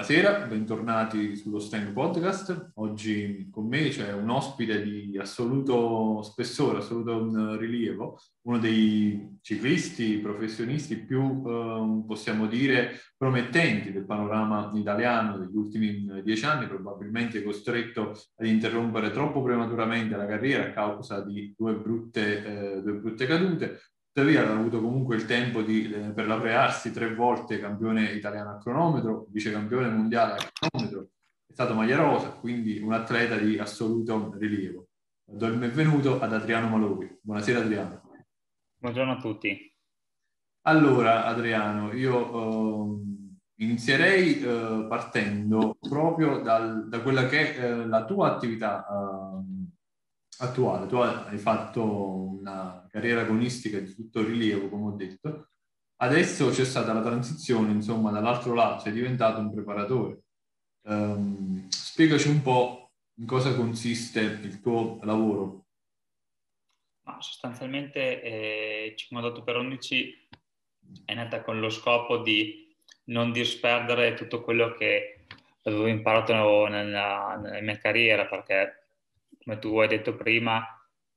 Buonasera, bentornati sullo Strength Podcast. Oggi con me c'è un ospite di assoluto spessore, assoluto rilievo, uno dei ciclisti professionisti più, possiamo dire, promettenti del panorama italiano degli ultimi 10 anni, probabilmente costretto ad interrompere troppo prematuramente la carriera a causa di due brutte cadute. Tuttavia ha avuto comunque il tempo per laurearsi 3 volte campione italiano a cronometro, vicecampione mondiale a cronometro, è stato maglia rosa, quindi un atleta di assoluto rilievo. Do il benvenuto ad Adriano Malori. Buonasera Adriano. Buongiorno a tutti. Allora Adriano, io inizierei partendo proprio da quella che è la tua attività attuale. Tu hai fatto una carriera agonistica di tutto rilievo, come ho detto. Adesso c'è stata la transizione, insomma, dall'altro lato sei diventato un preparatore. Spiegaci un po' in cosa consiste il tuo lavoro. Ma sostanzialmente 58 per 11 è nata con lo scopo di non disperdere tutto quello che avevo imparato nella mia carriera, perché come tu hai detto prima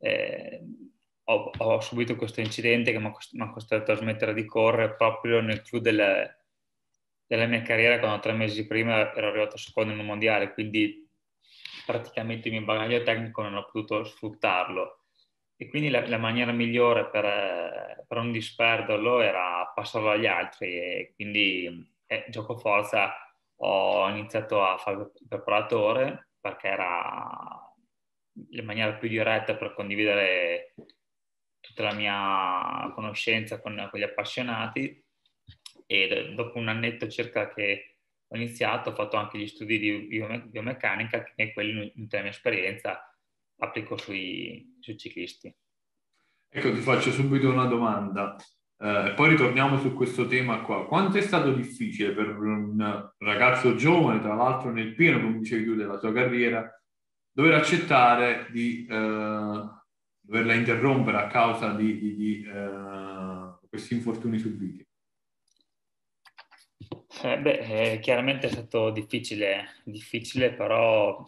ho subito questo incidente che mi ha costretto a smettere di correre proprio nel clou della mia carriera, quando 3 mesi prima ero arrivato secondo in un mondiale, quindi praticamente il mio bagaglio tecnico non ho potuto sfruttarlo. E quindi la maniera migliore per non disperderlo era passarlo agli altri, e quindi gioco forza ho iniziato a fare il preparatore perché era la maniera più diretta per condividere tutta la mia conoscenza con gli appassionati, e dopo un annetto circa che ho iniziato, ho fatto anche gli studi di biomeccanica, che quelli in tutta la mia esperienza applico sui ciclisti. Ecco, ti faccio subito una domanda, e poi ritorniamo su questo tema qua. Quanto è stato difficile per un ragazzo giovane, tra l'altro nel pieno, come dicevi tu, della sua carriera, dover accettare di doverla interrompere a causa di questi infortuni subiti? Chiaramente è stato difficile, però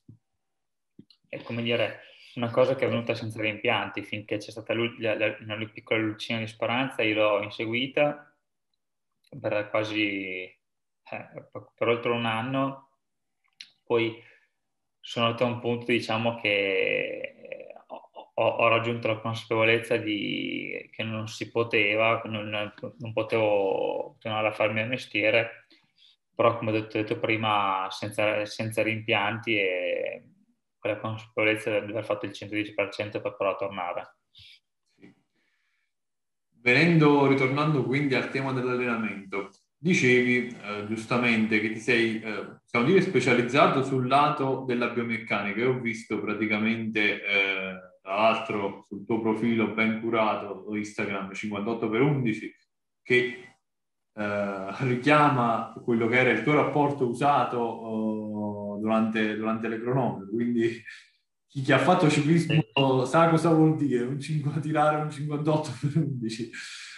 è come dire una cosa che è venuta senza rimpianti. Finché c'è stata una piccola lucina di speranza, io l'ho inseguita per per oltre un anno. Poi sono arrivato a un punto, diciamo, che ho raggiunto la consapevolezza che non si poteva, non potevo continuare a farmi il mestiere, però come ho detto prima, senza rimpianti, e con la consapevolezza di aver fatto il 110% per provare a tornare. Sì. Ritornando quindi al tema dell'allenamento, dicevi giustamente che ti sei, possiamo dire, specializzato sul lato della biomeccanica. Io ho visto praticamente, tra l'altro, sul tuo profilo ben curato su Instagram 58x11, che richiama quello che era il tuo rapporto usato durante le cronometro. Quindi chi ha fatto ciclismo sa cosa vuol dire tirare un 58 per 11.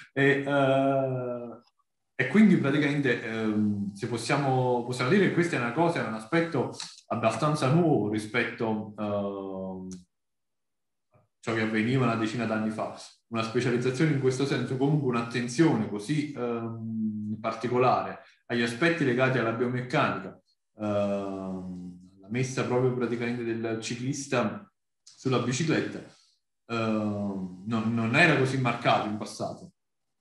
E quindi praticamente se possiamo dire che questa è una cosa, è un aspetto abbastanza nuovo rispetto a ciò che avveniva una decina d'anni fa. Una specializzazione in questo senso, comunque un'attenzione così particolare agli aspetti legati alla biomeccanica, la messa proprio praticamente del ciclista sulla bicicletta, non era così marcato in passato.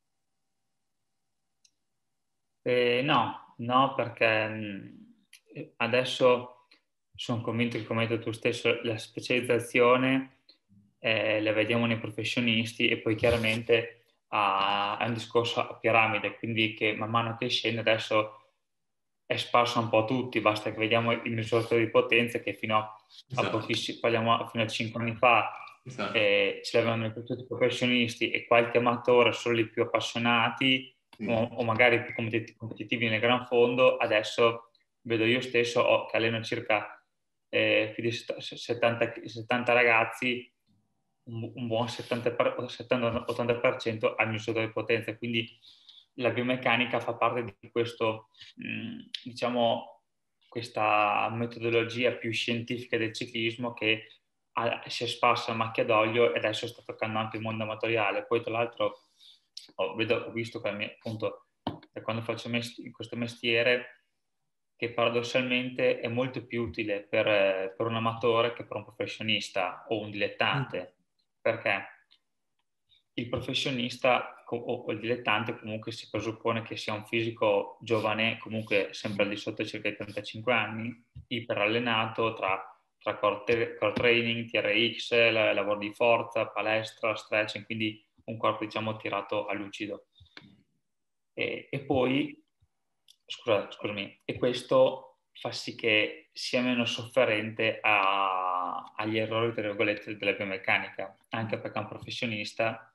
No, perché adesso sono convinto che, come hai detto tu stesso, la specializzazione la vediamo nei professionisti, e poi chiaramente è un discorso a piramide, quindi che man mano che scende adesso è sparso un po' a tutti. Basta che vediamo i misuratori di potenza, che fino a Esatto, pochissimi, parliamo fino a 5 anni fa, esatto. ce l'avevano tutti i professionisti e qualche amatore, solo i più appassionati Sì, o magari più competitivi nel gran fondo. Adesso vedo io stesso che alleno circa più di 70 ragazzi, un buon 70-80% al misuratore di potenza, quindi la biomeccanica fa parte di questo, diciamo, questa metodologia più scientifica del ciclismo che si è sparsa a macchia d'olio e adesso sta toccando anche il mondo amatoriale. Poi tra l'altro ho visto appunto da quando faccio questo mestiere che paradossalmente è molto più utile per un amatore che per un professionista o un dilettante, perché il professionista o il dilettante comunque si presuppone che sia un fisico giovane, comunque sempre al di sotto circa i 35 anni, iperallenato tra core training, TRX, lavoro di forza, palestra, stretching, quindi un corpo diciamo tirato a lucido. E poi, scusami, e questo fa sì che sia meno sofferente agli errori, tra virgolette, della biomeccanica, anche perché un professionista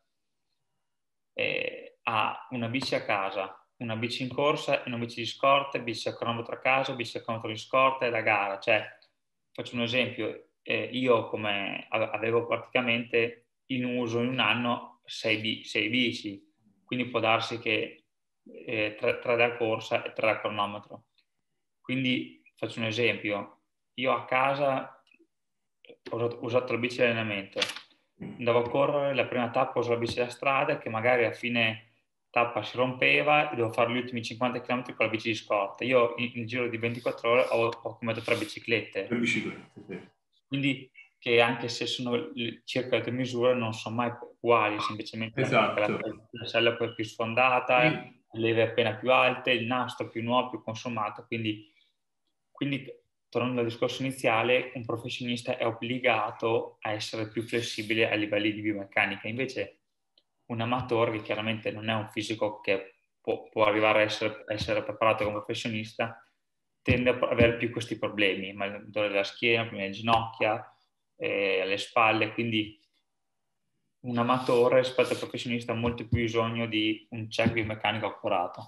ha una bici a casa, una bici in corsa e una bici di scorta, bici a cronometro a casa, bici a cronometro di scorta e da gara. Cioè, faccio un esempio, io come avevo praticamente in uso in un anno 6 bici, quindi può darsi che 3 da corsa e 3 da cronometro. Quindi faccio un esempio, io a casa ho usato la bici di allenamento, andavo a correre, la prima tappa uso la bici da strada che magari a fine tappa si rompeva e devo fare gli ultimi 50 km con la bici di scorta. Io in giro di 24 ore ho comprato 3 biciclette. Quindi che anche se sono circa le tue misure non sono mai uguali, semplicemente Esatto. la sella è più sfondata, Sì. le leve appena più alte, il nastro più nuovo, più consumato, quindi tornando al discorso iniziale, un professionista è obbligato a essere più flessibile a livelli di biomeccanica, invece un amatore che chiaramente non è un fisico che può arrivare a essere preparato come professionista, tende a avere più questi problemi, ma il dolore della schiena, prima le ginocchia, alle spalle, quindi un amatore rispetto al professionista ha molto più bisogno di un check biomeccanico accurato.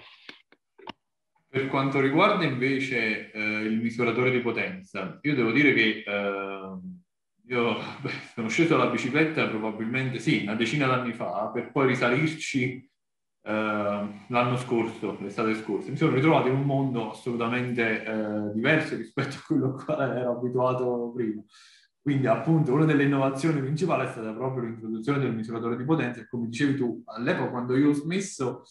Per quanto riguarda invece il misuratore di potenza, io devo dire che io sono sceso dalla bicicletta probabilmente sì, una decina d'anni fa, per poi risalirci l'anno scorso, l'estate scorsa. Mi sono ritrovato in un mondo assolutamente diverso rispetto a quello a quale ero abituato prima. Quindi appunto una delle innovazioni principali è stata proprio l'introduzione del misuratore di potenza e come dicevi tu, all'epoca quando io ho smesso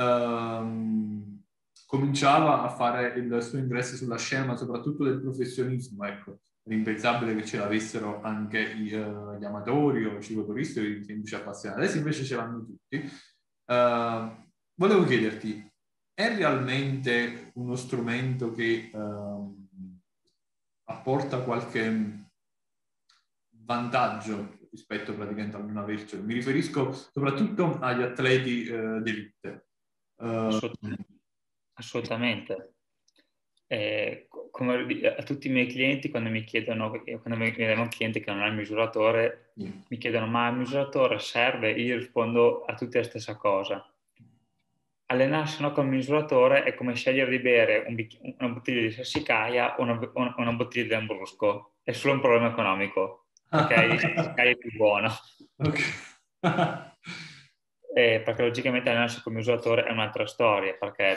cominciava a fare il suo ingresso sulla scena, ma soprattutto del professionismo, ecco. Era impensabile che ce l'avessero anche gli amatori o i cicloturisti o i semplici appassionati. Adesso invece ce l'hanno tutti. Volevo chiederti, è realmente uno strumento che apporta qualche vantaggio rispetto praticamente a non avercelo? Mi riferisco soprattutto agli atleti d'elite. Assolutamente. Come a tutti i miei clienti, quando mi viene un cliente che non ha il misuratore, mi chiedono: ma il misuratore serve? Io rispondo a tutti la stessa cosa. Allenarsi con il misuratore è come scegliere di bere una bottiglia di Sassicaia o una bottiglia di Lambrusco. È solo un problema economico, ok? Sassicaia è più buono. Ok. Perché logicamente allenarsi con il misuratore è un'altra storia, perché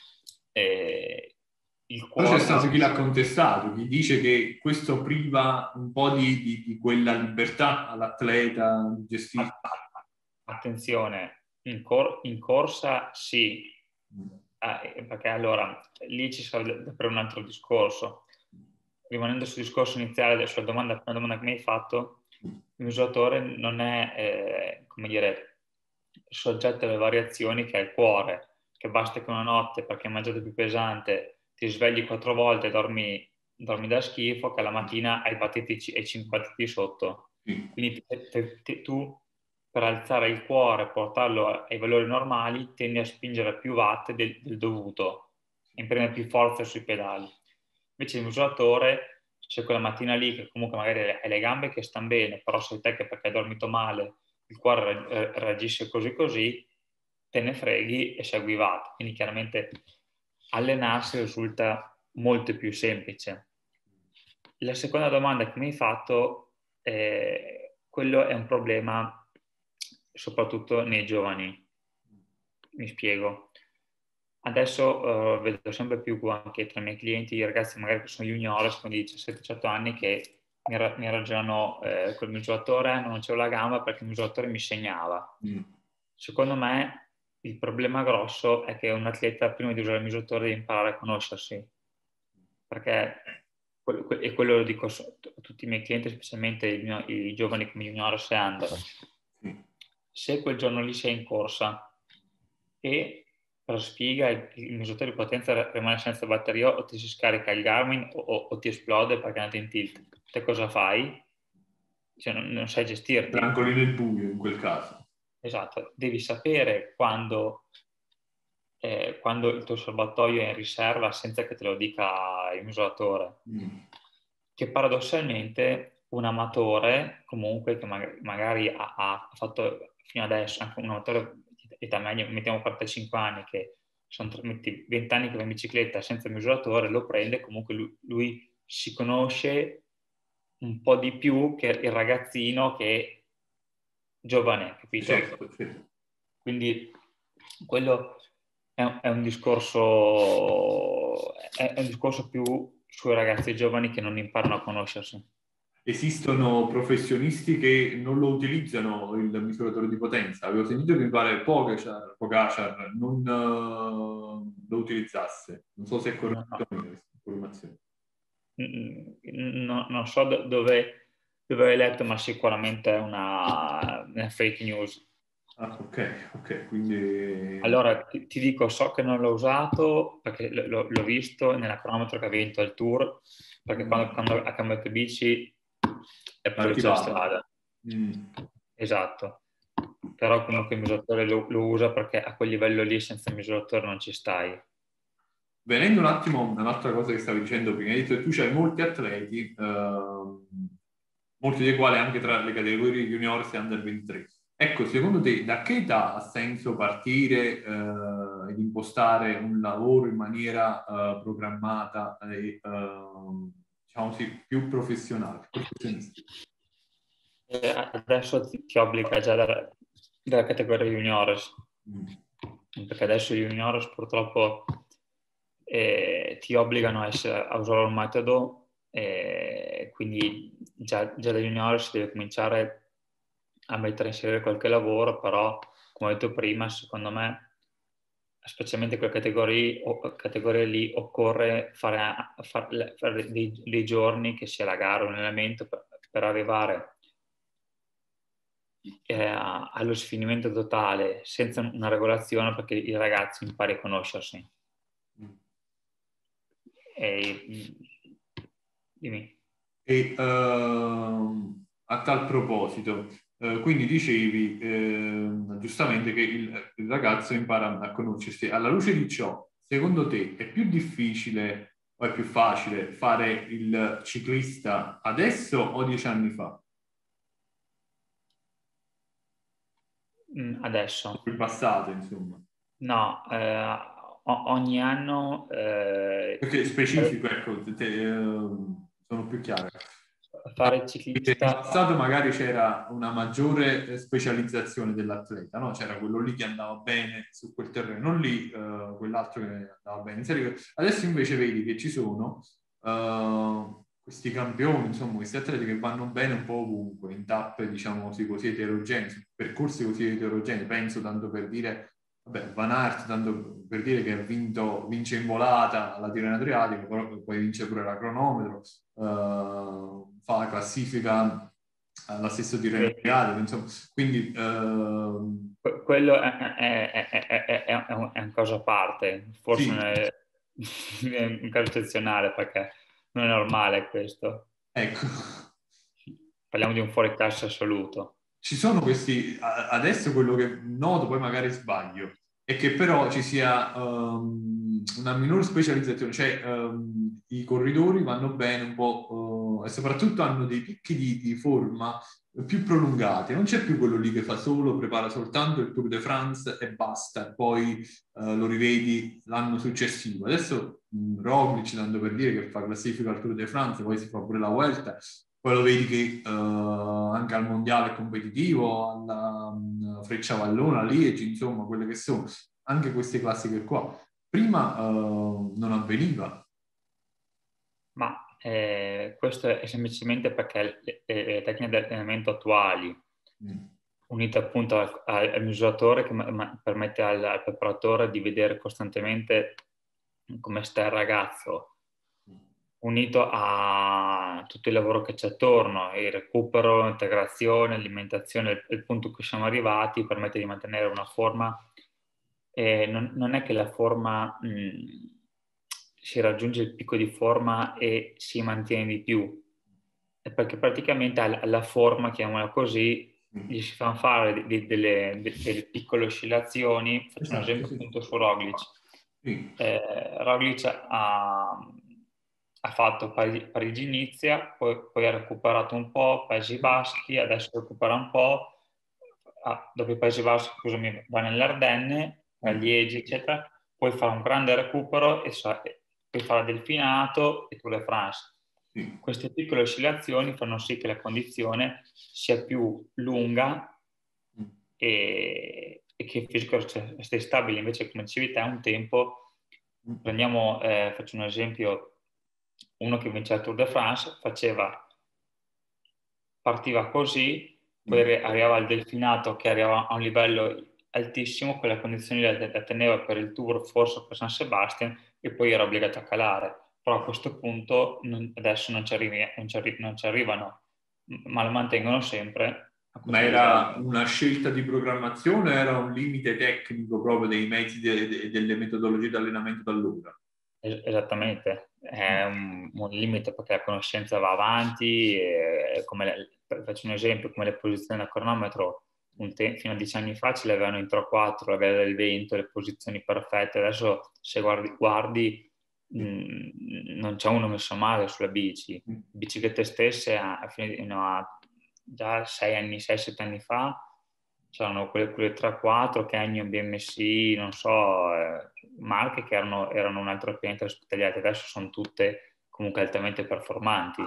il Poi c'è cuore... stato chi l'ha contestato, chi dice che questo priva un po' di quella libertà all'atleta di gestire. Attenzione, in corsa sì, perché allora lì ci sarebbe per un altro discorso. Rimanendo sul discorso iniziale, sulla domanda che mi hai fatto, il misuratore non è, come dire, soggetto alle variazioni che ha il cuore, che basta che una notte, perché hai mangiato più pesante, ti svegli 4 volte e dormi da schifo, che la mattina hai battiti e 5 battiti sotto. Quindi tu per alzare il cuore, portarlo ai valori normali, tendi a spingere più watt del dovuto, imprimere più forza sui pedali. Invece il misuratore, se quella mattina lì, che comunque magari hai le gambe che stanno bene, però sei te che perché hai dormito male, il cuore reagisce così, te ne freghi e segui i watt. Quindi chiaramente allenarsi risulta molto più semplice. La seconda domanda che mi hai fatto, quello è un problema soprattutto nei giovani. Mi spiego. Adesso vedo sempre più anche tra i miei clienti i ragazzi magari che sono juniores, quindi 17-18 anni, che mi ragionano col misuratore, non c'è la gamba perché il misuratore mi segnava. Secondo me il problema grosso è che un atleta prima di usare il misuratore deve imparare a conoscersi, perché, e quello lo dico a tutti i miei clienti, specialmente i giovani come juniores e under. Se quel giorno lì sei in corsa e per sfiga il misuratore di potenza rimane senza batteria, o ti si scarica il Garmin o ti esplode perché è andato in tilt, te cosa fai? Cioè, non sai gestirti. Trancoli nel buio in quel caso. Esatto, devi sapere quando il tuo serbatoio è in riserva senza che te lo dica il misuratore. Che paradossalmente un amatore, comunque, che magari ha fatto fino adesso, anche un amatore di età media, mettiamo 45 anni, che sono 20 anni che va in bicicletta senza il misuratore, lo prende, comunque lui si conosce un po' di più che il ragazzino che è giovane, capito? Certo. Quindi quello è un discorso più sui ragazzi giovani che non imparano a conoscersi. Esistono professionisti che non lo utilizzano il misuratore di potenza. Avevo sentito che mi pare Pogacar non lo utilizzasse. Non so se è corretto questa informazione. Non so dove hai letto, ma sicuramente è una fake news. Ah, ok, quindi... Allora, ti dico, so che non l'ho usato perché l'ho visto nella cronometro che ha vinto il Tour, perché quando ha cambiato bici è pulita la strada. Esatto. Però comunque il misuratore lo usa perché a quel livello lì senza il misuratore non ci stai. Venendo un attimo a un'altra cosa che stavi dicendo prima, hai detto che tu c'hai molti atleti, molti dei quali anche tra le categorie juniors e under 23. Ecco, secondo te da che età ha senso partire ed impostare un lavoro in maniera programmata e diciamo così, più professionale, professionistica? Adesso ti obbliga già dalla categoria juniores, perché adesso i juniores purtroppo ti obbligano a usare un metodo, quindi già da juniores si deve cominciare a mettere in serie qualche lavoro, però come ho detto prima, secondo me, specialmente quelle categorie lì, occorre fare dei giorni che sia la gara, un allenamento per arrivare allo sfinimento totale senza una regolazione, perché i ragazzi impari a conoscersi. Dimmi. E a tal proposito, quindi dicevi giustamente che il ragazzo impara a conoscersi. Alla luce di ciò, secondo te è più difficile o è più facile fare il ciclista adesso o 10 anni fa? Adesso. Il passato, insomma. No, ogni anno... Perché specifico, ecco, sono più chiare. Fare il In ciclista... passato magari c'era una maggiore specializzazione dell'atleta, no? C'era quello lì che andava bene su quel terreno, non lì quell'altro che andava bene. Adesso invece vedi che ci sono questi campioni, insomma, questi atleti che vanno bene un po' ovunque, in tappe, diciamo così eterogenee, percorsi così eterogenei. Penso, tanto per dire, vabbè, Van Aert, tanto per dire che vince in volata la Tirreno Adriatico, poi vince pure la cronometro, fa la classifica alla stessa Tirreno Adriatico, insomma, quindi... Quello è una cosa a parte, forse sì. è un caso eccezionale, perché non è normale questo. Ecco. Parliamo di un fuoriclasse assoluto. Ci sono questi, adesso quello che noto, poi magari sbaglio, è che però ci sia una minore specializzazione, cioè i corridori vanno bene un po' e soprattutto hanno dei picchi di forma più prolungati, non c'è più quello lì che prepara soltanto il Tour de France e basta, e poi lo rivedi l'anno successivo. Adesso Roglic, tanto per dire, che fa classifica al Tour de France, poi si fa pure la Vuelta, poi lo vedi che anche al mondiale competitivo, alla Frecciavallona, Liegi, insomma, quelle che sono. anche queste classiche qua. Prima non avveniva. Ma questo è semplicemente perché le tecniche di allenamento attuali, unite appunto al misuratore che permette al preparatore di vedere costantemente come sta il ragazzo, unito a tutto il lavoro che c'è attorno, il recupero, l'integrazione, l'alimentazione, il punto in cui siamo arrivati permette di mantenere una forma. Non è che la forma si raggiunge il picco di forma e si mantiene di più, è perché praticamente alla forma, chiamiamola così, gli si fanno fare delle piccole oscillazioni. Faccio un esempio appunto su Roglic. Roglic ha fatto Parigi Inizia, poi ha recuperato un po', Paesi Baschi, adesso recupera un po', dopo i Paesi Baschi, scusami, va nell'Ardenne, a Liegi, eccetera, poi fa un grande recupero e poi fa la Delfinato e Tour de France. Queste piccole oscillazioni fanno sì che la condizione sia più lunga e che il fisico stia stabile. Invece, come dicevi te, un tempo, prendiamo, faccio un esempio, uno che vince il Tour de France, partiva così, poi arrivava al Delfinato che arrivava a un livello altissimo, quella condizione la teneva per il Tour, forse per San Sebastian, e poi era obbligato a calare. Però a questo punto adesso non ci arrivano, ma lo mantengono sempre. Ma era una scelta di programmazione o era un limite tecnico proprio dei mezzi e delle metodologie di allenamento da allora? Esattamente, è un limite perché la conoscenza va avanti, faccio un esempio, come le posizioni da cronometro, fino a 10 anni fa ce le avevano in 3-4, la vela del vento, le posizioni perfette, adesso se guardi non c'è uno messo male sulla bici. Biciclette stesse già 6-7 anni fa c'erano quelle 3-4, Canyon, BMC, non so, marche che erano un altro pianeta rispetto agli altri, adesso sono tutte comunque altamente performanti.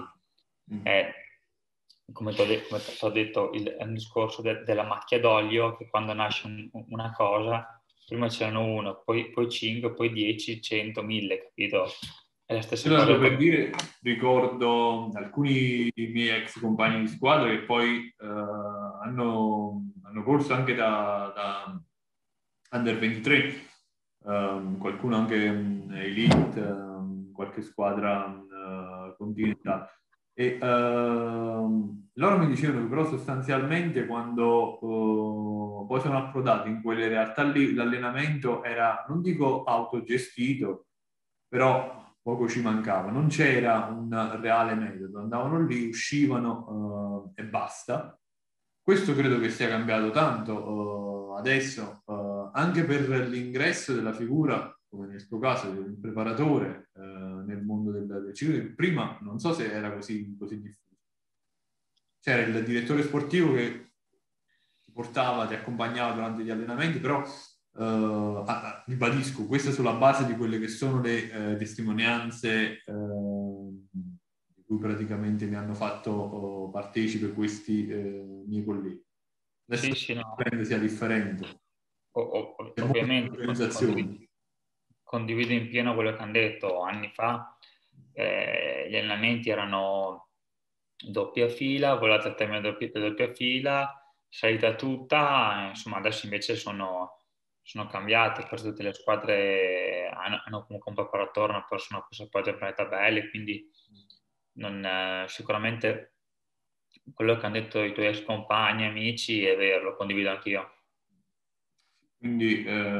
Come ti ho detto, è un discorso della macchia d'olio, che quando nasce una cosa, prima c'erano uno, poi 5, poi 10, 100, 1000, capito? È la stessa cosa. Per dire, ricordo alcuni miei ex compagni di squadra che poi hanno corso anche da Under 23, qualcuno anche Elite, qualche squadra continentale. E loro mi dicevano che però sostanzialmente quando poi sono approdati in quelle realtà lì, l'allenamento era, non dico autogestito, però poco ci mancava, non c'era un reale metodo, andavano lì, uscivano e basta. Questo credo che sia cambiato tanto adesso, anche per l'ingresso della figura, come nel tuo caso, di un preparatore nel mondo del ciclismo. Prima non so se era così diffuso. C'era il direttore sportivo che ti portava, ti accompagnava durante gli allenamenti, però ribadisco, questo sulla base di quelle che sono le testimonianze di cui praticamente mi hanno fatto partecipe questi miei colleghi. Adesso sì, no. sia differente. Ovviamente condivido in pieno quello che hanno detto. Anni fa gli allenamenti erano doppia fila, volata a termine doppia fila, salita tutta, insomma adesso invece sono cambiate, quasi tutte le squadre hanno comunque un preparatore, una persona che si appoggia per le tabelle, quindi sicuramente quello che hanno detto i tuoi ex compagni, amici, è vero, lo condivido anch'io. Quindi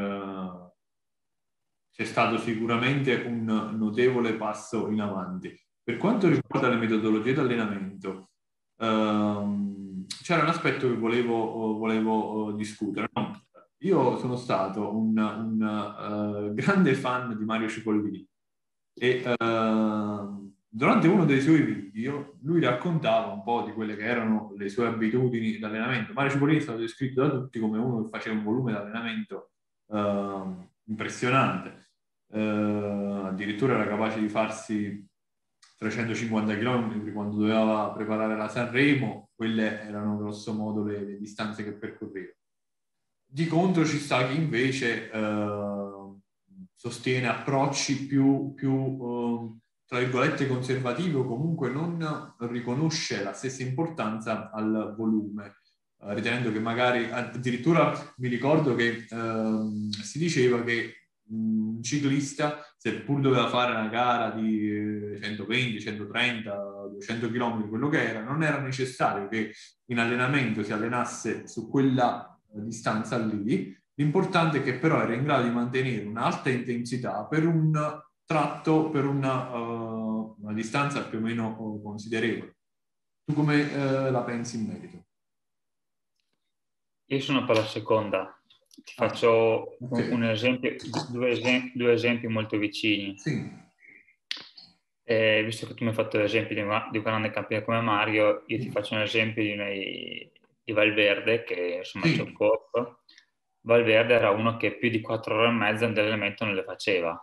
c'è stato sicuramente un notevole passo in avanti. Per quanto riguarda le metodologie di allenamento, c'era un aspetto che volevo discutere. No? Io sono stato un grande fan di Mario Cipollini e durante uno dei suoi video lui raccontava un po' di quelle che erano le sue abitudini di allenamento. Mario Cipollini è stato descritto da tutti come uno che faceva un volume di allenamento impressionante. Addirittura era capace di farsi 350 km quando doveva preparare la Sanremo, quelle erano grosso modo le distanze che percorreva. Di contro ci sta chi invece sostiene approcci più tra virgolette conservativi, o comunque non riconosce la stessa importanza al volume, ritenendo che magari, addirittura mi ricordo che si diceva che un ciclista, seppur doveva fare una gara di 120, 130, 200 km, quello che era, non era necessario che in allenamento si allenasse su quella distanza lì. L'importante è che però era in grado di mantenere un'alta intensità per un tratto, per una distanza più o meno considerevole. Tu come la pensi in merito? Io sono per la seconda. Ti Ah, faccio ok. un esempio, due esempi molto vicini. Sì, Visto che tu mi hai fatto l'esempio di un grande campione come Mario, io ti sì, faccio un esempio di Valverde, che insomma c'è un sì. corpo. Valverde era uno che più di 4 ore e mezza di allenamento non le faceva,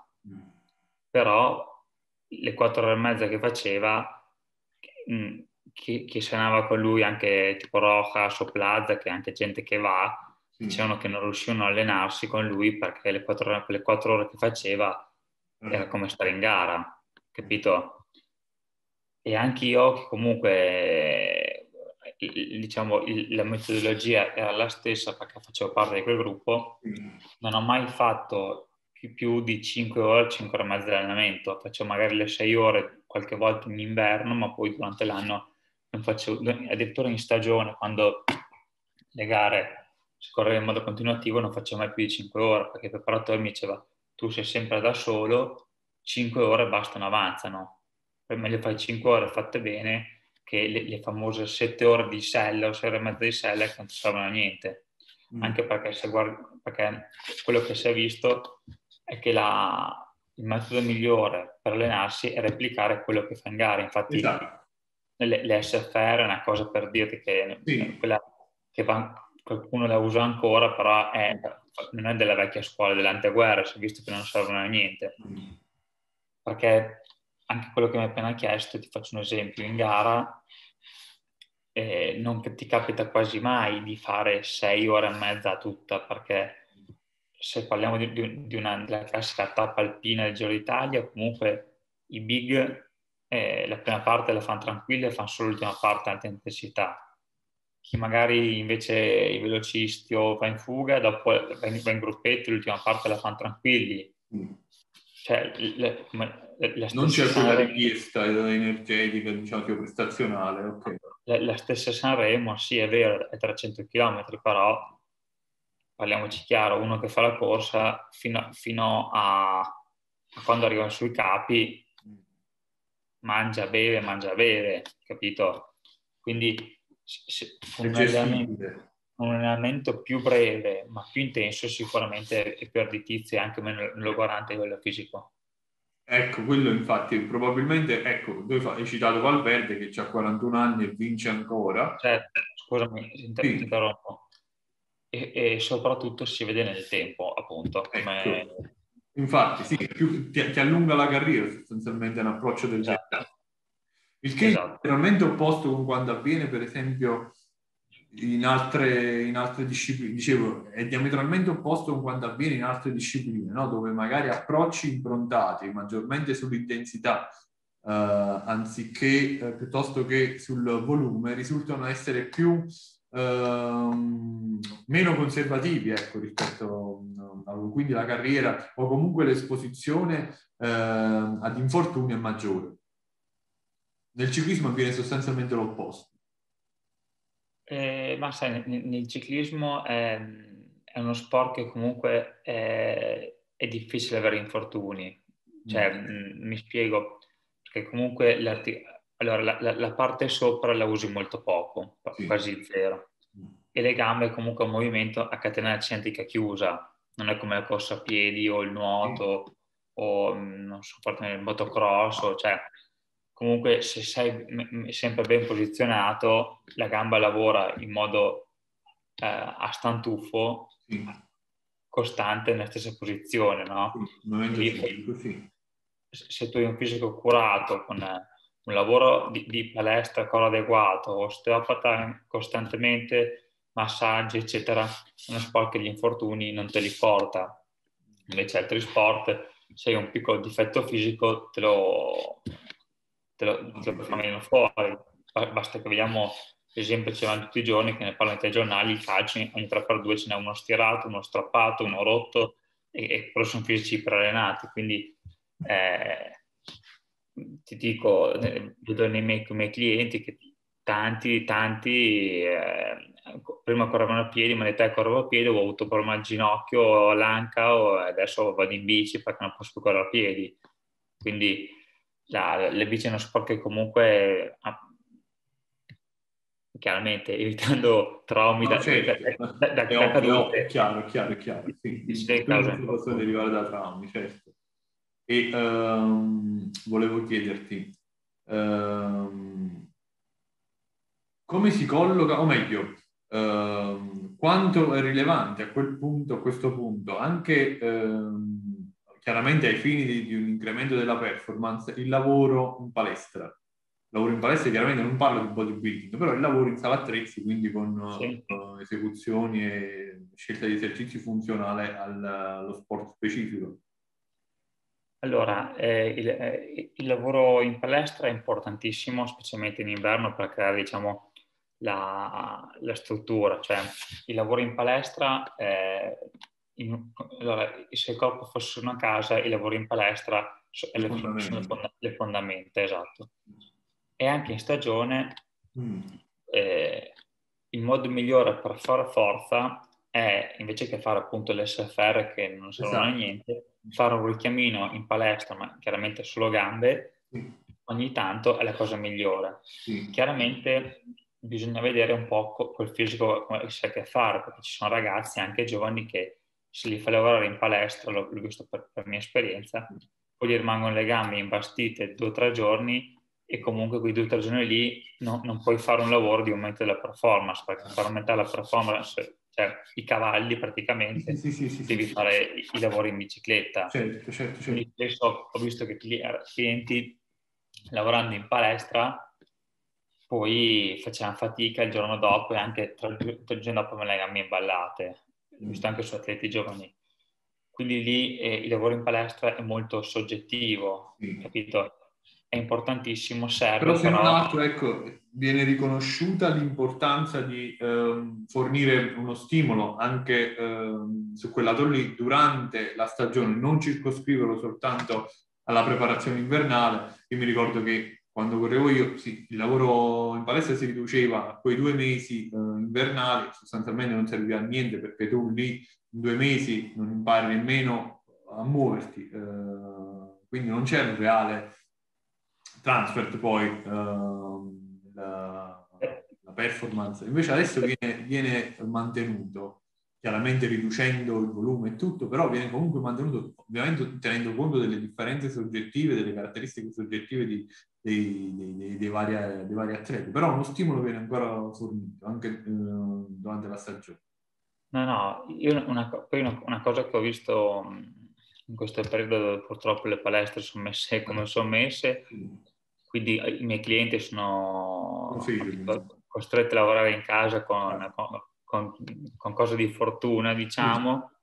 però le 4 ore e mezza che faceva, mh, chi si allenava con lui, anche tipo Rojas o Plaza, che è anche gente che va, Sì. dicevano che non riuscivano a allenarsi con lui perché quelle 4 ore che faceva era come stare in gara, capito? E anche io, che comunque, diciamo, la metodologia era la stessa perché facevo parte di quel gruppo, Sì. non ho mai fatto più di 5 ore, 5 ore e mezza di allenamento. Facevo magari le 6 ore qualche volta in inverno, ma poi durante l'anno non facevo, addirittura in stagione, quando le gare si correva in modo continuativo, non facevo mai più di 5 ore, perché il preparatore mi diceva, tu sei sempre da solo, 5 ore bastano, avanzano. Per meglio fai 5 ore fatte bene che le famose 7 ore di sella o 6 ore e mezza di sella che non ti servono a niente. Mm. Anche perché, perché quello che si è visto è che il metodo migliore per allenarsi è replicare quello che fa in gara. Infatti Esatto. le SFR è una cosa, per dirti che Sì. quella che qualcuno la usa ancora, però non è della vecchia scuola, dell'anteguerra, si è visto che non servono a niente. Mm. Perché anche quello che mi hai appena chiesto, ti faccio un esempio, in gara non ti capita quasi mai di fare 6 ore e mezza tutta, perché se parliamo della classica tappa alpina del Giro d'Italia, comunque i big la prima parte la fanno tranquilla e fanno solo l'ultima parte a alta intensità. Chi magari invece i velocisti o va in fuga, dopo va in gruppetti, l'ultima parte la fanno tranquilli. Mm. Cioè, la Non stessa c'è quella Sanremo, richiesta energetica, diciamo, più prestazionale, ok. la stessa Sanremo, sì, è vero, è 300 km, però parliamoci chiaro, uno che fa la corsa fino a quando arriva sui capi mangia, beve, capito? Quindi È gestibile. un allenamento più breve ma più intenso sicuramente è più additizio e anche meno logorante a livello fisico. Ecco, quello infatti, probabilmente, ecco, tu hai citato Valverde che ha 41 anni e vince ancora. Cioè, scusami, ti Sì, interrompo. E soprattutto si vede nel tempo, appunto, come... ecco. Infatti, sì, ti allunga la carriera, sostanzialmente è un approccio del genere. Esatto, Il che è esatto. totalmente opposto con quando avviene, per esempio, in altre discipline. Dicevo, è diametralmente opposto con quando avviene in altre discipline, no? Dove magari approcci improntati maggiormente sull'intensità, anziché piuttosto che sul volume, risultano essere più meno conservativi, ecco, rispetto quindi la carriera o comunque l'esposizione ad infortuni è maggiore. Nel ciclismo avviene sostanzialmente l'opposto. Ma sai, nel ciclismo è uno sport che comunque è difficile avere infortuni. Cioè, Mm. mi spiego, perché comunque allora, la parte sopra la usi molto poco, Sì. quasi zero. E le gambe comunque è un movimento a catena centrica chiusa, non è come la corsa a piedi o il Sì. nuoto o non so, il motocross, cioè comunque se sei sempre ben posizionato, la gamba lavora in modo a stantufo Sì. costante nella stessa posizione, Sì. no? Il movimento Lì, ciclico, sì. se tu hai un fisico curato con un lavoro di palestra, core adeguato, osteopata costantemente, massaggi, eccetera, è uno sport che gli infortuni non te li porta. Invece altri sport, se hai un piccolo difetto fisico, te lo fa meno fuori. Basta che vediamo l'esempio che ci vanno tutti i giorni, che ne parlano i giornali, il calcio, ogni 3x2 ce n'è uno stirato, uno strappato, uno rotto, e però sono fisici preallenati. Quindi ti dico, vedo nei miei clienti che tanti, prima correvano a piedi, ma l'età correvo a piedi, ho avuto problema al ginocchio, all'anca, adesso vado in bici perché non posso più correre a piedi. Quindi le bici è uno sport che comunque, chiaramente, evitando traumi No, certo, da è ovvio, è cadute, chiaro, è chiaro, è chiaro. Sì. difficile Tutte le causa cose possono infortuni. derivare da traumi, certo. E volevo chiederti, ehm, come si colloca, o meglio, quanto è rilevante a quel punto, a questo punto, anche chiaramente ai fini di un incremento della performance, il lavoro in palestra. Il lavoro in palestra chiaramente non parlo di bodybuilding, però il lavoro in sala attrezzi, quindi con Sì. esecuzioni e scelta di esercizi funzionale allo sport specifico. Allora, il lavoro in palestra è importantissimo, specialmente in inverno, per creare, diciamo, la struttura. Cioè, il lavoro in palestra, allora, se il corpo fosse una casa, il lavoro in palestra I sono fondamenti. le fondamenta, esatto. E anche in stagione, Mm. il modo migliore per fare forza è, invece che fare appunto l'SFR che non servono a Esatto. niente, fare un richiamino in palestra, ma chiaramente solo gambe, Sì, ogni tanto è la cosa migliore. sì. Chiaramente bisogna vedere un po' col fisico come si ha a che fare, perché ci sono ragazzi anche giovani che se li fai lavorare in palestra, l'ho visto per mia esperienza, poi gli rimangono le gambe imbastite 2 o 3 giorni e comunque quei 2 o 3 giorni lì non puoi fare un lavoro di aumento della performance, perché per aumentare la performance, cioè i cavalli Sì, praticamente, sì, sì, sì, sì, devi sì. fare i lavori in bicicletta. Certo, certo, certo. Quindi spesso ho visto che clienti lavorando in palestra poi facevano fatica il giorno dopo e anche 3 giorni dopo me le gambe imballate. L'ho visto anche su atleti giovani. Quindi lì il lavoro in palestra è molto soggettivo, Sì. capito? È importantissimo, Però serve, se non però altro, ecco, viene riconosciuta l'importanza di fornire uno stimolo anche su quel lato lì durante la stagione, non circoscriverlo soltanto alla preparazione invernale. Io mi ricordo che quando correvo io, sì, il lavoro in palestra si riduceva a quei 2 mesi invernali, sostanzialmente non serviva a niente perché tu lì in 2 mesi non impari nemmeno a muoverti, quindi non c'è un reale transfert poi la performance. Invece adesso viene mantenuto, chiaramente riducendo il volume e tutto, però viene comunque mantenuto, ovviamente tenendo conto delle differenze soggettive, delle caratteristiche soggettive dei vari atleti, però uno stimolo viene ancora fornito anche durante la stagione. no, io una cosa che ho visto in questo periodo dove purtroppo le palestre sono messe come sono messe, quindi i miei clienti sono, Confermi. capito, costretti a lavorare in casa Ah, con cose di fortuna, sì. diciamo,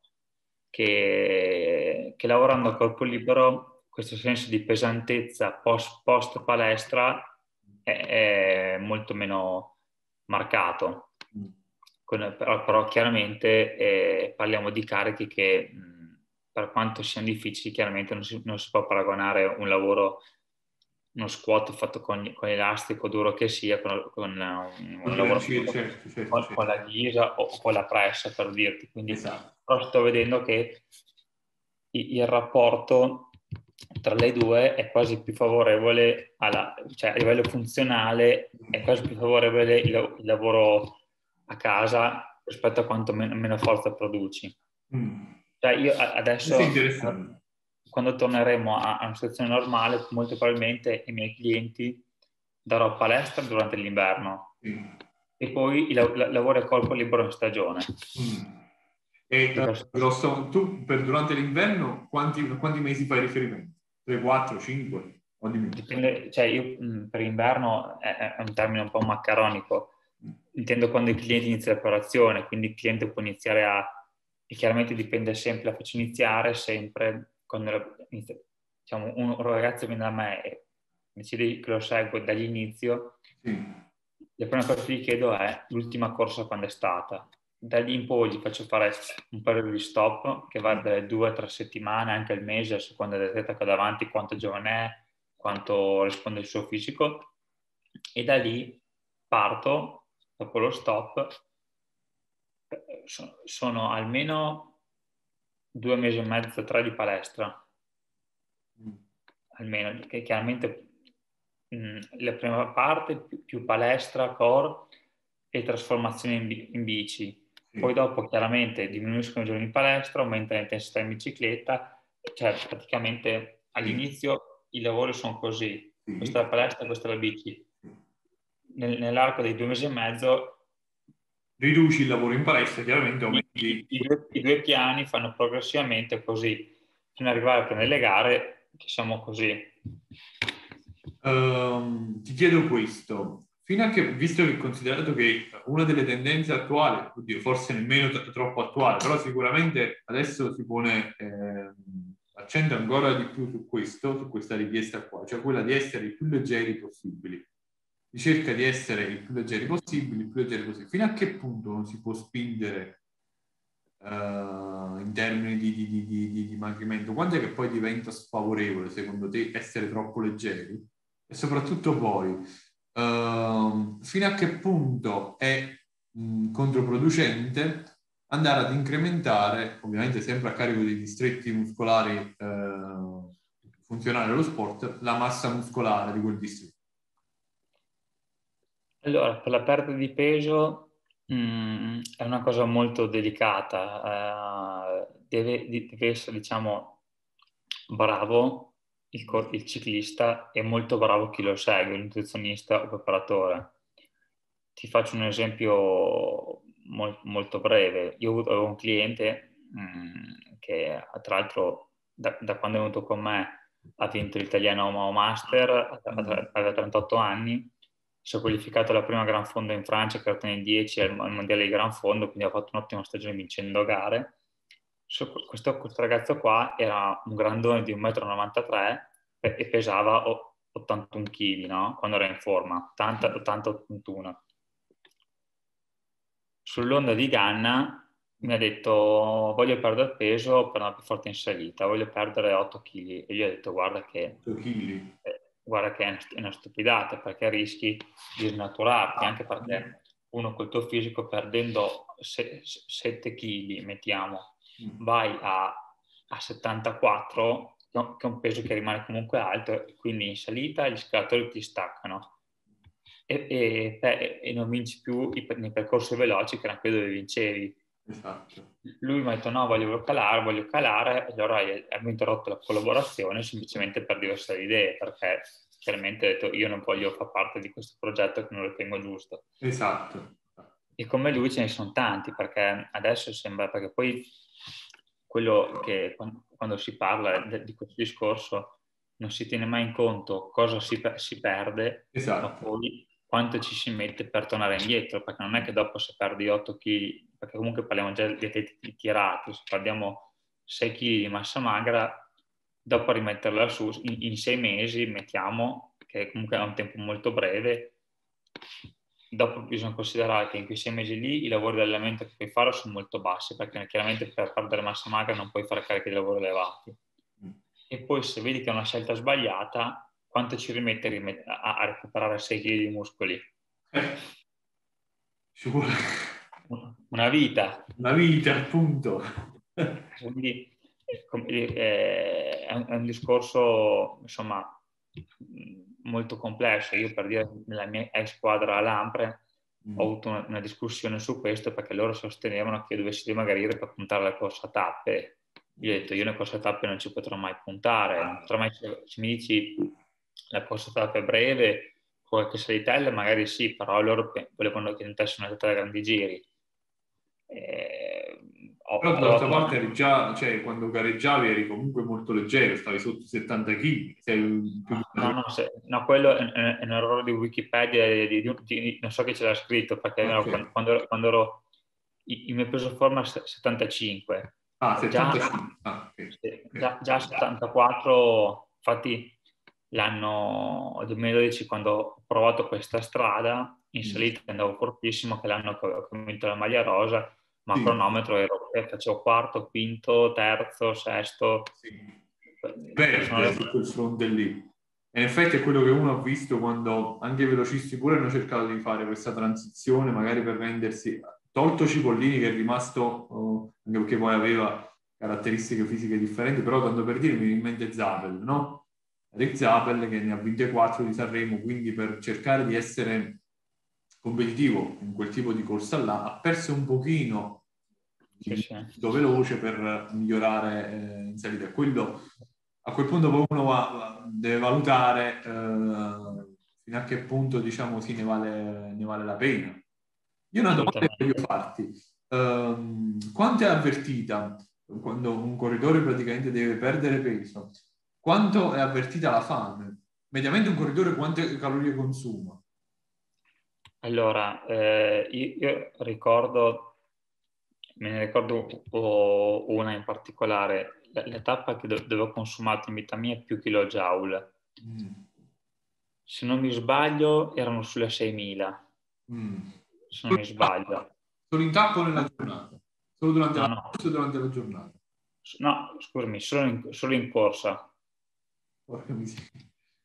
che lavorando a corpo libero questo senso di pesantezza post palestra è molto meno marcato. Però chiaramente parliamo di carichi che per quanto siano difficili chiaramente non si può paragonare un lavoro, uno squat fatto con elastico duro che sia, con un lavoro Certo, fatto certo, certo. con la ghisa o con la pressa, per dirti. Quindi Esatto. però sto vedendo che il rapporto tra le due è quasi più favorevole cioè a livello funzionale è quasi più favorevole il lavoro a casa rispetto a quanto meno forza produci. Mm. Cioè io Questo è adesso, interessante. quando torneremo a una situazione normale, molto probabilmente ai miei clienti darò palestra durante l'inverno Sì. e poi lavoro a corpo libero in stagione. Mm. E tu durante l'inverno quanti mesi fai riferimento? 3, 4, 5 o di meno? Dipende, cioè io per inverno è un termine un po' maccaronico, intendo quando il cliente inizia l'operazione, quindi il cliente può iniziare e chiaramente dipende sempre, la faccio iniziare sempre quando diciamo, un ragazzo viene da me e decide che lo seguo dall'inizio, Sì. la prima cosa che gli chiedo è l'ultima corsa quando è stata. Da lì in poi gli faccio fare un periodo di stop che va dalle 2 a 3 settimane, anche il mese, a seconda dell'atleta che ho davanti, quanto giovane è, quanto risponde il suo fisico, e da lì parto, dopo lo stop, sono almeno 2 mesi e mezzo, 3 di palestra, almeno, che chiaramente la prima parte più palestra, core e trasformazione in bici. Poi Sì. dopo chiaramente diminuiscono i giorni in palestra, aumenta l'intensità in bicicletta, cioè praticamente Sì. all'inizio i lavori sono così, questa Sì. è la palestra, questa è la bici. Nell'arco dei 2 mesi e mezzo Riduci il lavoro in palestra, chiaramente i, aumenti. i due piani fanno progressivamente così, fino ad arrivare a prendere le gare, che siamo così. Ti chiedo questo, fino a che, visto che considerato che una delle tendenze attuali, oddio, forse nemmeno troppo attuale, però sicuramente adesso si pone accento ancora di più su questo, su questa richiesta qua, cioè quella di essere i più leggeri possibili. Ricerca di essere il più leggeri possibili, il più leggeri possibile. Fino a che punto non si può spingere in termini di dimagrimento? Quando è che poi diventa sfavorevole, secondo te, essere troppo leggeri? E soprattutto poi, fino a che punto è controproducente andare ad incrementare, ovviamente sempre a carico dei distretti muscolari funzionali dello sport, la massa muscolare di quel distretto? Allora, per la perdita di peso è una cosa molto delicata, deve essere, diciamo, bravo il ciclista e molto bravo chi lo segue, il nutrizionista o preparatore. Ti faccio un esempio molto breve. Io avevo un cliente che, tra l'altro, da quando è venuto con me ha vinto l'Italiano Master, aveva 38 anni, si è qualificato alla prima Gran Fondo in Francia, che era nei 10 al Mondiale di Gran Fondo, quindi ha fatto un'ottima stagione vincendo gare. Questo ragazzo qua era un grandone di 1,93 m e pesava 81 kg, no? Quando era in forma, 80-81. Sull'onda di Ganna mi ha detto voglio perdere peso per andare più forte in salita, voglio perdere 8 kg. E io ho detto guarda che è una stupidata, perché rischi di snaturarti, anche perché uno col tuo fisico perdendo 7 kg, mettiamo, vai a 74, che è un peso che rimane comunque alto, e quindi in salita gli scalatori ti staccano e non vinci più nei percorsi veloci che erano quelli dove vincevi. Esatto. Lui mi ha detto no, voglio calare, e allora abbiamo interrotto la collaborazione semplicemente per diverse idee, perché chiaramente ha detto io non voglio far parte di questo progetto che non ritengo giusto. Esatto. E come lui ce ne sono tanti, perché adesso sembra, perché poi quello che quando si parla di questo discorso non si tiene mai in conto cosa si perde, ma Esatto. poi quanto ci si mette per tornare indietro, perché non è che dopo se perdi 8 kg, perché comunque parliamo già di atleti tirati, se perdiamo 6 kg di massa magra, dopo rimetterla su in 6 mesi, mettiamo, che comunque è un tempo molto breve. Dopo bisogna considerare che in quei 6 mesi lì i lavori di allenamento che puoi fare sono molto bassi, perché chiaramente per perdere massa magra non puoi fare cariche di lavoro elevati. E poi se vedi che è una scelta sbagliata, quanto ci rimette a recuperare 6 kg di muscoli? Ci vuole Una vita. una vita, appunto. Quindi è un discorso, insomma, molto complesso. Io, per dire, nella mia ex squadra a Lampre ho avuto una discussione su questo, perché loro sostenevano che io dovessi dimagrire per puntare alla corsa a tappe. Io ho detto io le corse a tappe non ci potrò mai puntare, non potrò mai, se mi dici la corsa a tappe breve, qualche salitella magari sì, però loro volevano che diventasse una tutta da grandi giri. Però dall'altra parte eri già, cioè quando gareggiavi eri comunque molto leggero, stavi sotto i 70 kg, sei più No, quello è un errore di Wikipedia, non so chi ce l'ha scritto, perché Ok. quando ero, il mio peso forma è 75, Ah, già, 75. Ah, ok. Ok. già 74, infatti l'anno 2012 quando ho provato questa strada, in Mm. salita andavo fortissimo, che l'anno che ho vinto la maglia rosa, ma a Sì, cronometro facevo quarto, quinto, terzo, sesto. sì. Perde su quel fronte lì. E in effetti è quello che uno ha visto quando anche i velocisti pure hanno cercato di fare questa transizione, magari per rendersi, tolto Cipollini che è rimasto, anche perché poi aveva caratteristiche fisiche differenti, però tanto per dire mi viene in mente Zabel, no? Rick Zabel che ne ha vinte 4 di Sanremo, quindi per cercare di essere competitivo in quel tipo di corsa là, ha perso un pochino Sì, di sì. veloce per migliorare in salita. A quel punto poi uno deve valutare fino a che punto diciamo sì, ne vale la pena. Io una domanda che voglio Assolutamente. farti. Quanto è avvertita quando un corridore praticamente deve perdere peso? Quanto è avvertita la fame? Mediamente un corridore quante calorie consuma? Allora, io me ne ricordo una in particolare, l'etappa dove ho consumato in vita mia più kilojoule. Mm. Se non mi sbaglio, erano sulle 6.000, Mm. se non mi sbaglio. Solo in tappo nella giornata? Solo durante No, la no, corsa o durante la giornata? no, scusami, solo in corsa. Porca miseria.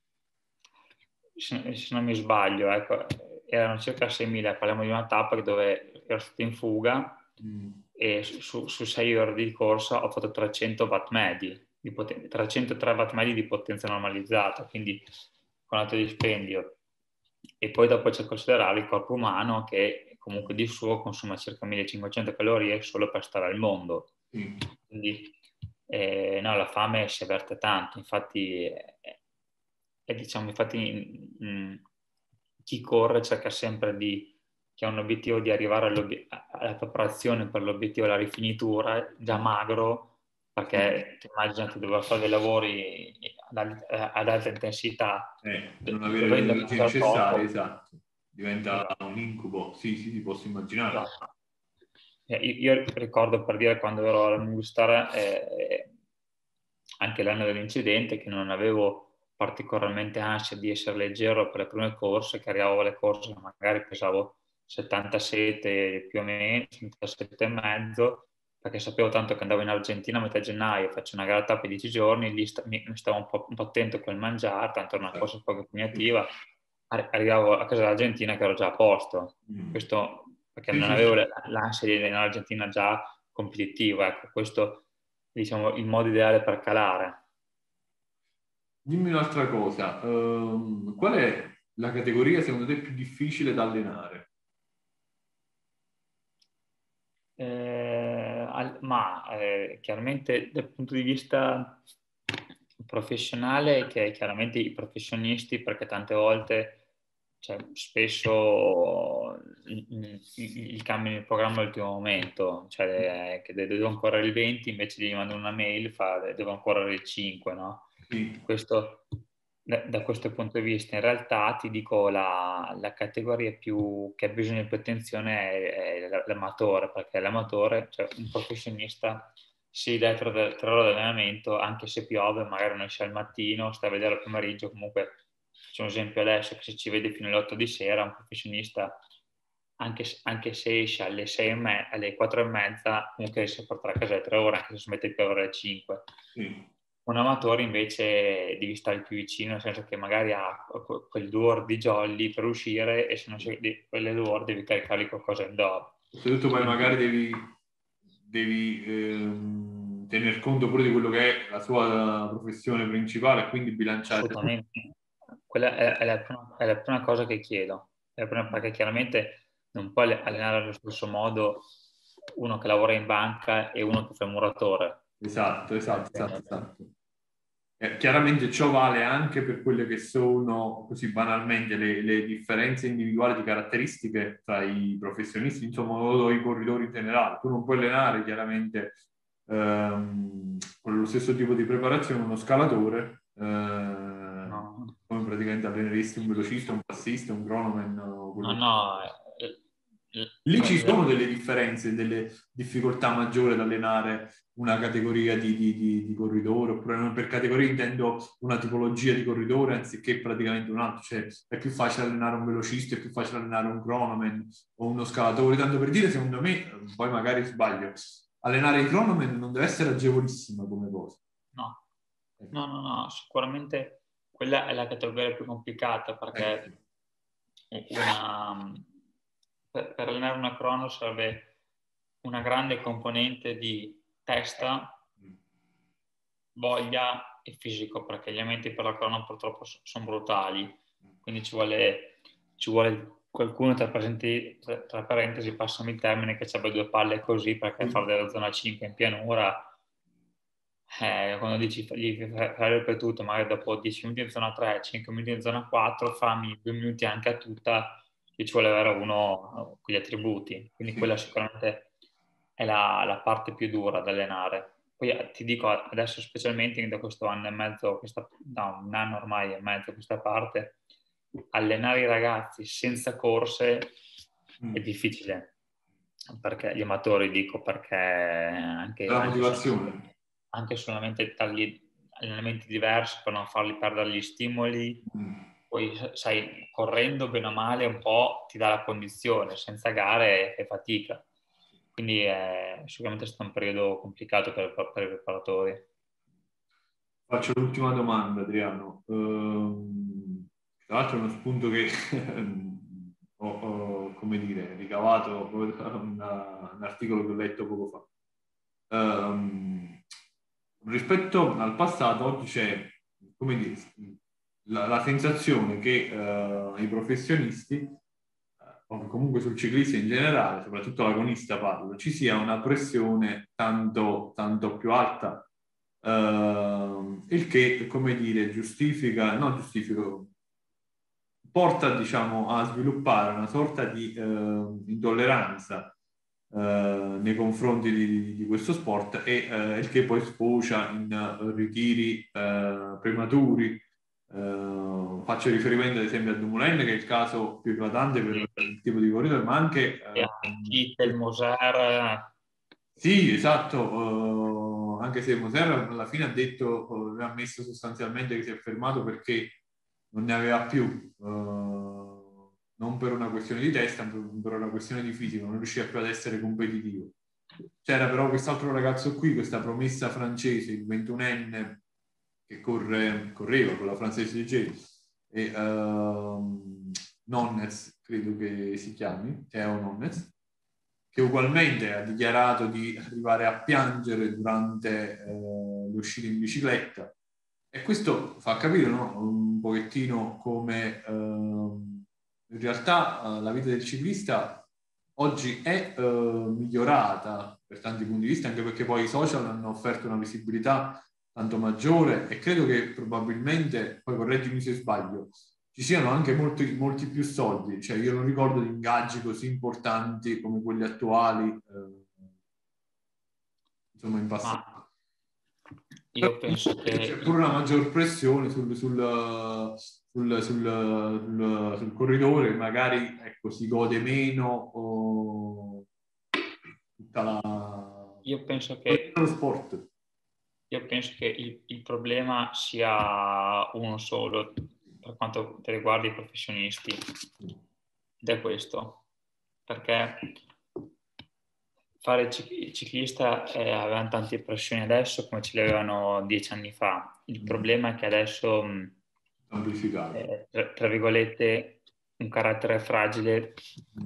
Se non mi sbaglio, ecco, erano circa 6.000, parliamo di una tappa dove ero stato in fuga Mm. e su 6 ore di corsa ho fatto 300 watt medi, 303 watt medi di potenza normalizzata, quindi con alto dispendio. E poi dopo c'è da considerare il corpo umano che comunque di suo consuma circa 1.500 calorie solo per stare al mondo. Sì. Quindi no, la fame si avverte tanto, infatti, diciamo, infatti chi corre cerca sempre che ha un obiettivo di arrivare alla preparazione per l'obiettivo della rifinitura, già magro, perché immaginati dover fare dei lavori ad alta intensità, Non avere le dovendo energie mangiare necessarie, poco. esatto. Diventa Esatto. un incubo. Sì, sì, sì, posso immaginare. Esatto. Io ricordo per dire quando ero alla Movistar, anche l'anno dell'incidente, che non avevo particolarmente ansia di essere leggero per le prime corse, che arrivavo alle corse, magari pesavo 77 più o meno, 77 e mezzo, perché sapevo tanto che andavo in Argentina a metà gennaio, faccio una gara tappa di 10 giorni, lì mi stavo un po' attento col mangiare, tanto era una corsa poco impegnativa, arrivavo a casa dell'Argentina che ero già a posto. Mm. Questo perché Sì, non sì, avevo sì. l'ansia di andare in Argentina già competitiva, ecco, questo diciamo il modo ideale per calare. Dimmi un'altra cosa. Qual è la categoria secondo te più difficile da allenare? Chiaramente dal punto di vista professionale, che chiaramente i professionisti, perché tante volte, cioè, spesso il cambio nel programma all'ultimo momento, cioè che devo correre il 20 invece di mandare una mail devo correre il 5, no? Sì. Questo, da questo punto di vista, in realtà ti dico la categoria che ha bisogno di più attenzione è l'amatore, perché l'amatore, cioè un professionista, si dà 3 ore di allenamento, anche se piove, magari non esce al mattino, sta a vedere al pomeriggio, comunque faccio un esempio adesso, che se ci vede fino alle 8 di sera, un professionista, anche se esce alle 4 e mezza, comunque riesce a portare a casa le 3 ore, anche se si mette il piovere alle 5. Sì. Un amatore invece devi stare più vicino, nel senso che magari ha quel 2 ore di jolly per uscire e se non c'è quelle 2 ore devi caricarli qualcosa indoor. Soprattutto poi Quindi, magari devi tener conto pure di quello che è la sua professione principale, quindi bilanciare. assolutamente, quella è la prima cosa che chiedo, perché chiaramente non puoi allenare allo stesso modo uno che lavora in banca e uno che fa il muratore. Esatto, esatto, esatto, Eh, esatto. Chiaramente ciò vale anche per quelle che sono, così banalmente, le differenze individuali di caratteristiche tra i professionisti, insomma, o i corridori in generale. Tu non puoi allenare chiaramente con lo stesso tipo di preparazione uno scalatore, No, come praticamente alleneresti un velocista, un passista, un cronoman o no, quello che... no. Lì ci sono delle differenze, delle difficoltà maggiori ad allenare una categoria di corridore, oppure non per categoria intendo una tipologia di corridore anziché praticamente un altro, cioè è più facile allenare un velocista, è più facile allenare un cronoman o uno scalatore, tanto per dire, secondo me, poi magari sbaglio, allenare i cronoman non deve essere agevolissima come cosa. No, no, sicuramente quella è la categoria più complicata Ecco. perché per allenare una crono serve una grande componente di testa, voglia e fisico, perché gli aumenti per la crono purtroppo sono brutali, quindi ci vuole qualcuno tra parentesi, passami il termine, che abbia due palle così, perché fare della zona 5 in pianura, quando dici gli fai ripetuto, magari dopo 10 minuti in zona 3, 5 minuti in zona 4, fammi 2 minuti anche a tutta, ci vuole avere uno con gli attributi, quindi quella sicuramente è la parte più dura da allenare. Poi ti dico adesso, specialmente da questo anno e mezzo, no, un anno ormai e mezzo a questa parte, allenare i ragazzi senza corse è difficile, perché gli amatori dico, perché La motivazione. anche solamente dargli allenamenti diversi per non farli perdere gli stimoli. Poi sai, correndo bene o male un po' ti dà la condizione, senza gare è fatica. Quindi è sicuramente stato un periodo complicato per i preparatori. Faccio l'ultima domanda, Adriano. Tra l'altro è uno spunto che come dire, ricavato da un articolo che ho letto poco fa. Rispetto al passato, oggi c'è, come dire, la sensazione che i professionisti, o comunque sul ciclista in generale, soprattutto l'agonista parlo, ci sia una pressione tanto più alta, il che, come dire, porta, diciamo, a sviluppare una sorta di intolleranza nei confronti di questo sport e il che poi sfocia in ritiri prematuri. Faccio riferimento ad esempio a Dumoulin, che è il caso più eclatante per il tipo di corridore, ma anche... Kittel, Moser... Sì, esatto, anche se Moser alla fine ha detto, ha ammesso sostanzialmente che si è fermato perché non ne aveva più, non per una questione di testa, per una questione di fisico, non riusciva più ad essere competitivo. C'era però quest'altro ragazzo qui, questa promessa francese, il 21enne, che correva con la francese G, e Nonnes, credo che si chiami, Theo Nonnes, che ugualmente ha dichiarato di arrivare a piangere durante le uscite in bicicletta. E questo fa capire, no, un pochettino come in realtà la vita del ciclista oggi è migliorata per tanti punti di vista, anche perché poi i social hanno offerto una visibilità tanto maggiore e credo che probabilmente, poi correggimi se sbaglio, ci siano anche molti più soldi, cioè io non ricordo di ingaggi così importanti come quelli attuali, insomma in passato. Io penso che... C'è pure una maggior pressione sul corridore, magari ecco, si gode meno tutta Io penso che lo sport. Io penso che il problema sia uno solo per quanto riguarda i professionisti, ed è questo, perché fare il ciclista avevano tante pressioni adesso come ce le avevano 10 anni fa. Il problema è che adesso, Amplificato. Tra virgolette, un carattere fragile,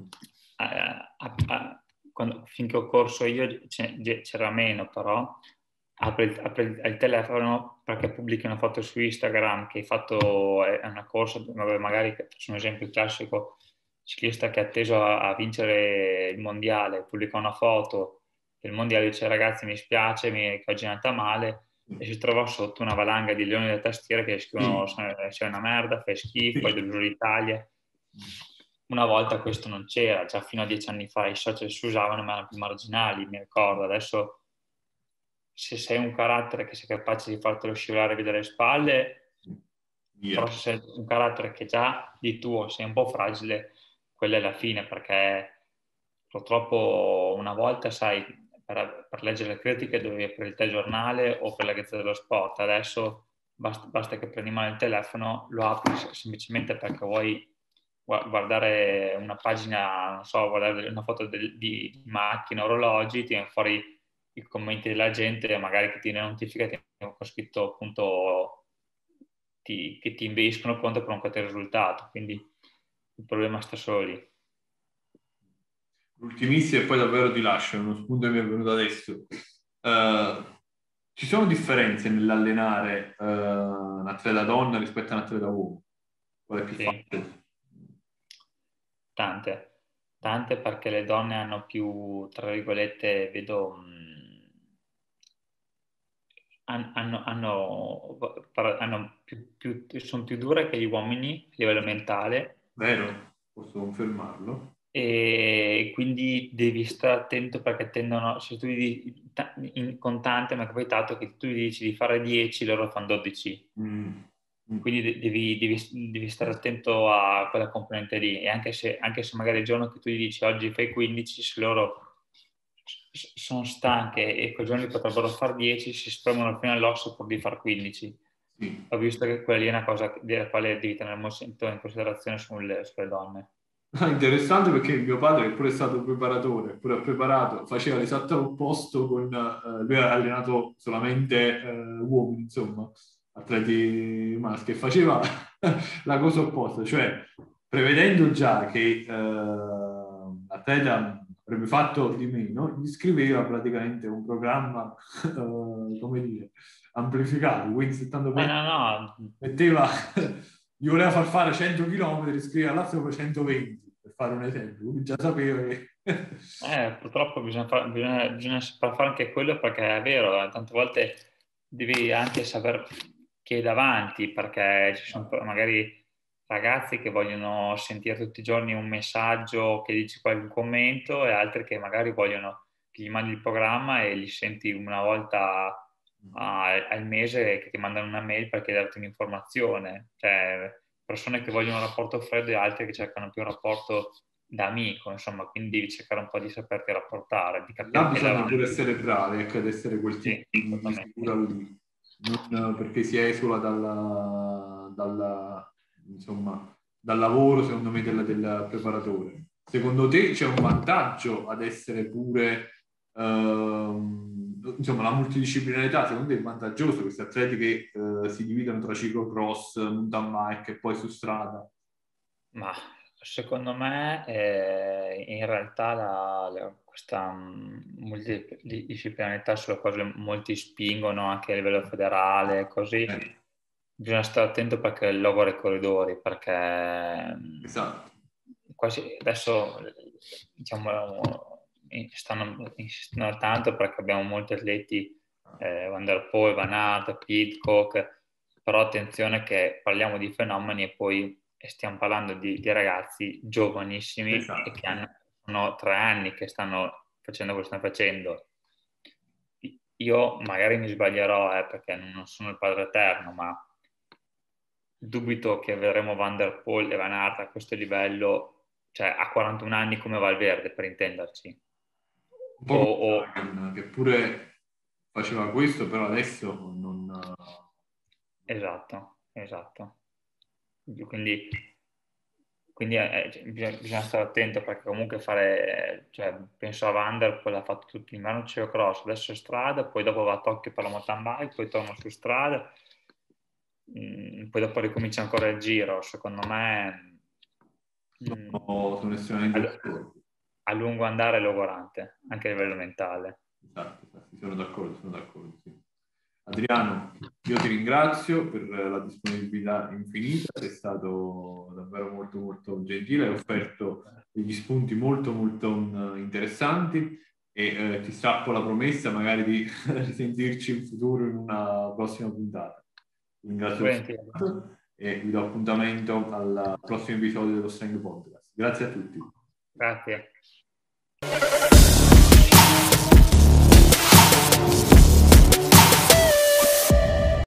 finché ho corso io c'era meno, però apri il telefono perché pubblichi una foto su Instagram che hai fatto è una corsa, magari faccio un esempio classico, ciclista che è atteso a vincere il mondiale, pubblica una foto del mondiale, dice ragazzi mi spiace che oggi è andata male, e si trova sotto una valanga di leoni da tastiera che scrivono sei una merda, fai schifo, hai deluso l'Italia. Una volta questo non c'era, già fino a 10 anni fa i social si usavano ma erano più marginali, mi ricordo. Adesso se sei un carattere che sei capace di fartelo scivolare via dalle spalle, però se sei un carattere che già di tuo sei un po' fragile, quella è la fine, perché purtroppo una volta, sai, per leggere le critiche dovevi aprire il telegiornale o per la Gazzetta dello Sport. Adesso basta che prendi in mano il telefono, lo apri semplicemente perché vuoi guardare una pagina, non so, guardare una foto di macchine, orologi, ti viene fuori i commenti della gente, magari che ti notifica che ho scritto appunto che ti inveiscono contro per un qualche risultato, quindi il problema sta solo lì. L'ultimissimo e poi davvero ti lascio, uno spunto che mi è venuto adesso. Ci sono differenze nell'allenare un atleta donna rispetto a un atleta uomo? Qual è più facile? Tante perché le donne hanno più, tra virgolette, vedo, sono più dure che gli uomini a livello mentale. Vero, posso confermarlo. E quindi devi stare attento perché tendono, se tu con tante mi è capitato che tu gli dici di fare 10, loro fanno 12. Quindi devi stare attento a quella componente lì, e anche se magari il giorno che tu gli dici oggi fai 15, se loro sono stanche e quel giorno potrebbero fare 10, si spremono fino all'osso pur di far 15. Sì. Ho visto che quella lì è una cosa della quale devi tenere molto in considerazione sulle donne. Interessante perché mio padre, che pure è stato preparatore, pure ha preparato, faceva l'esatto opposto con lui ha allenato solamente uomini, insomma, atleti maschi, e faceva la cosa opposta, cioè prevedendo già che l'atleta avrebbe fatto di meno, gli scriveva praticamente un programma, come dire, amplificato, quindi 70% No. metteva gli voleva far fare 100 km, scriveva là sopra 120, per fare un esempio, quindi già sapeva che... Purtroppo bisogna saper fare anche quello, perché è vero, tante volte devi anche saper chi è davanti, perché ci sono magari ragazzi che vogliono sentire tutti i giorni un messaggio che dici qualche commento, e altri che magari vogliono che gli mandi il programma e li senti una volta al mese che ti mandano una mail per chiederti un'informazione. Cioè, persone che vogliono un rapporto freddo e altre che cercano più un rapporto da amico, insomma, quindi devi cercare un po' di saperti rapportare, di Là capire chi è bisogna pure davanti. essere bravi, ecco, ad essere quel tipo Sì, di figura assolutamente. lì, non perché si esula insomma, dal lavoro, secondo me, del preparatore. Secondo te c'è un vantaggio ad essere pure, insomma, la multidisciplinarità, secondo te è vantaggioso questi atleti che si dividono tra ciclocross, mountain bike e poi su strada? Ma secondo me in realtà questa multidisciplinarità sulla quale molti spingono anche a livello federale, così, bisogna stare attento perché il logora i corridori, perché Esatto. quasi adesso diciamo stanno insistendo tanto perché abbiamo molti atleti, Van der Poel, Van Aert, Pidcock, però attenzione che parliamo di fenomeni e poi stiamo parlando di ragazzi giovanissimi e Esatto. che sono 3 anni che stanno facendo quello che stanno facendo. Io magari mi sbaglierò perché non sono il padre eterno, ma dubito che vedremo Van der Poel e Van Aert a questo livello, cioè a 41 anni come Valverde, per intenderci. Un po' come Sagan, che pure faceva questo, però adesso non... Esatto. Quindi bisogna stare attento, perché comunque cioè, penso a Van der Poel, ha fatto tutto l'inverno ciclocross, adesso è strada, poi dopo va a Tokyo per la mountain bike, poi torna su strada, poi dopo ricomincia ancora il giro. Secondo me sono estremamente d'accordo. a lungo andare è logorante, anche a livello mentale. Esatto, sono d'accordo, sì. Adriano, io ti ringrazio per la disponibilità infinita, sei stato davvero molto gentile, hai offerto degli spunti molto interessanti e ti strappo la promessa magari di risentirci in futuro in una prossima puntata. Vi ringrazio e vi do appuntamento al prossimo episodio dello Strength Podcast. Grazie a tutti. Grazie.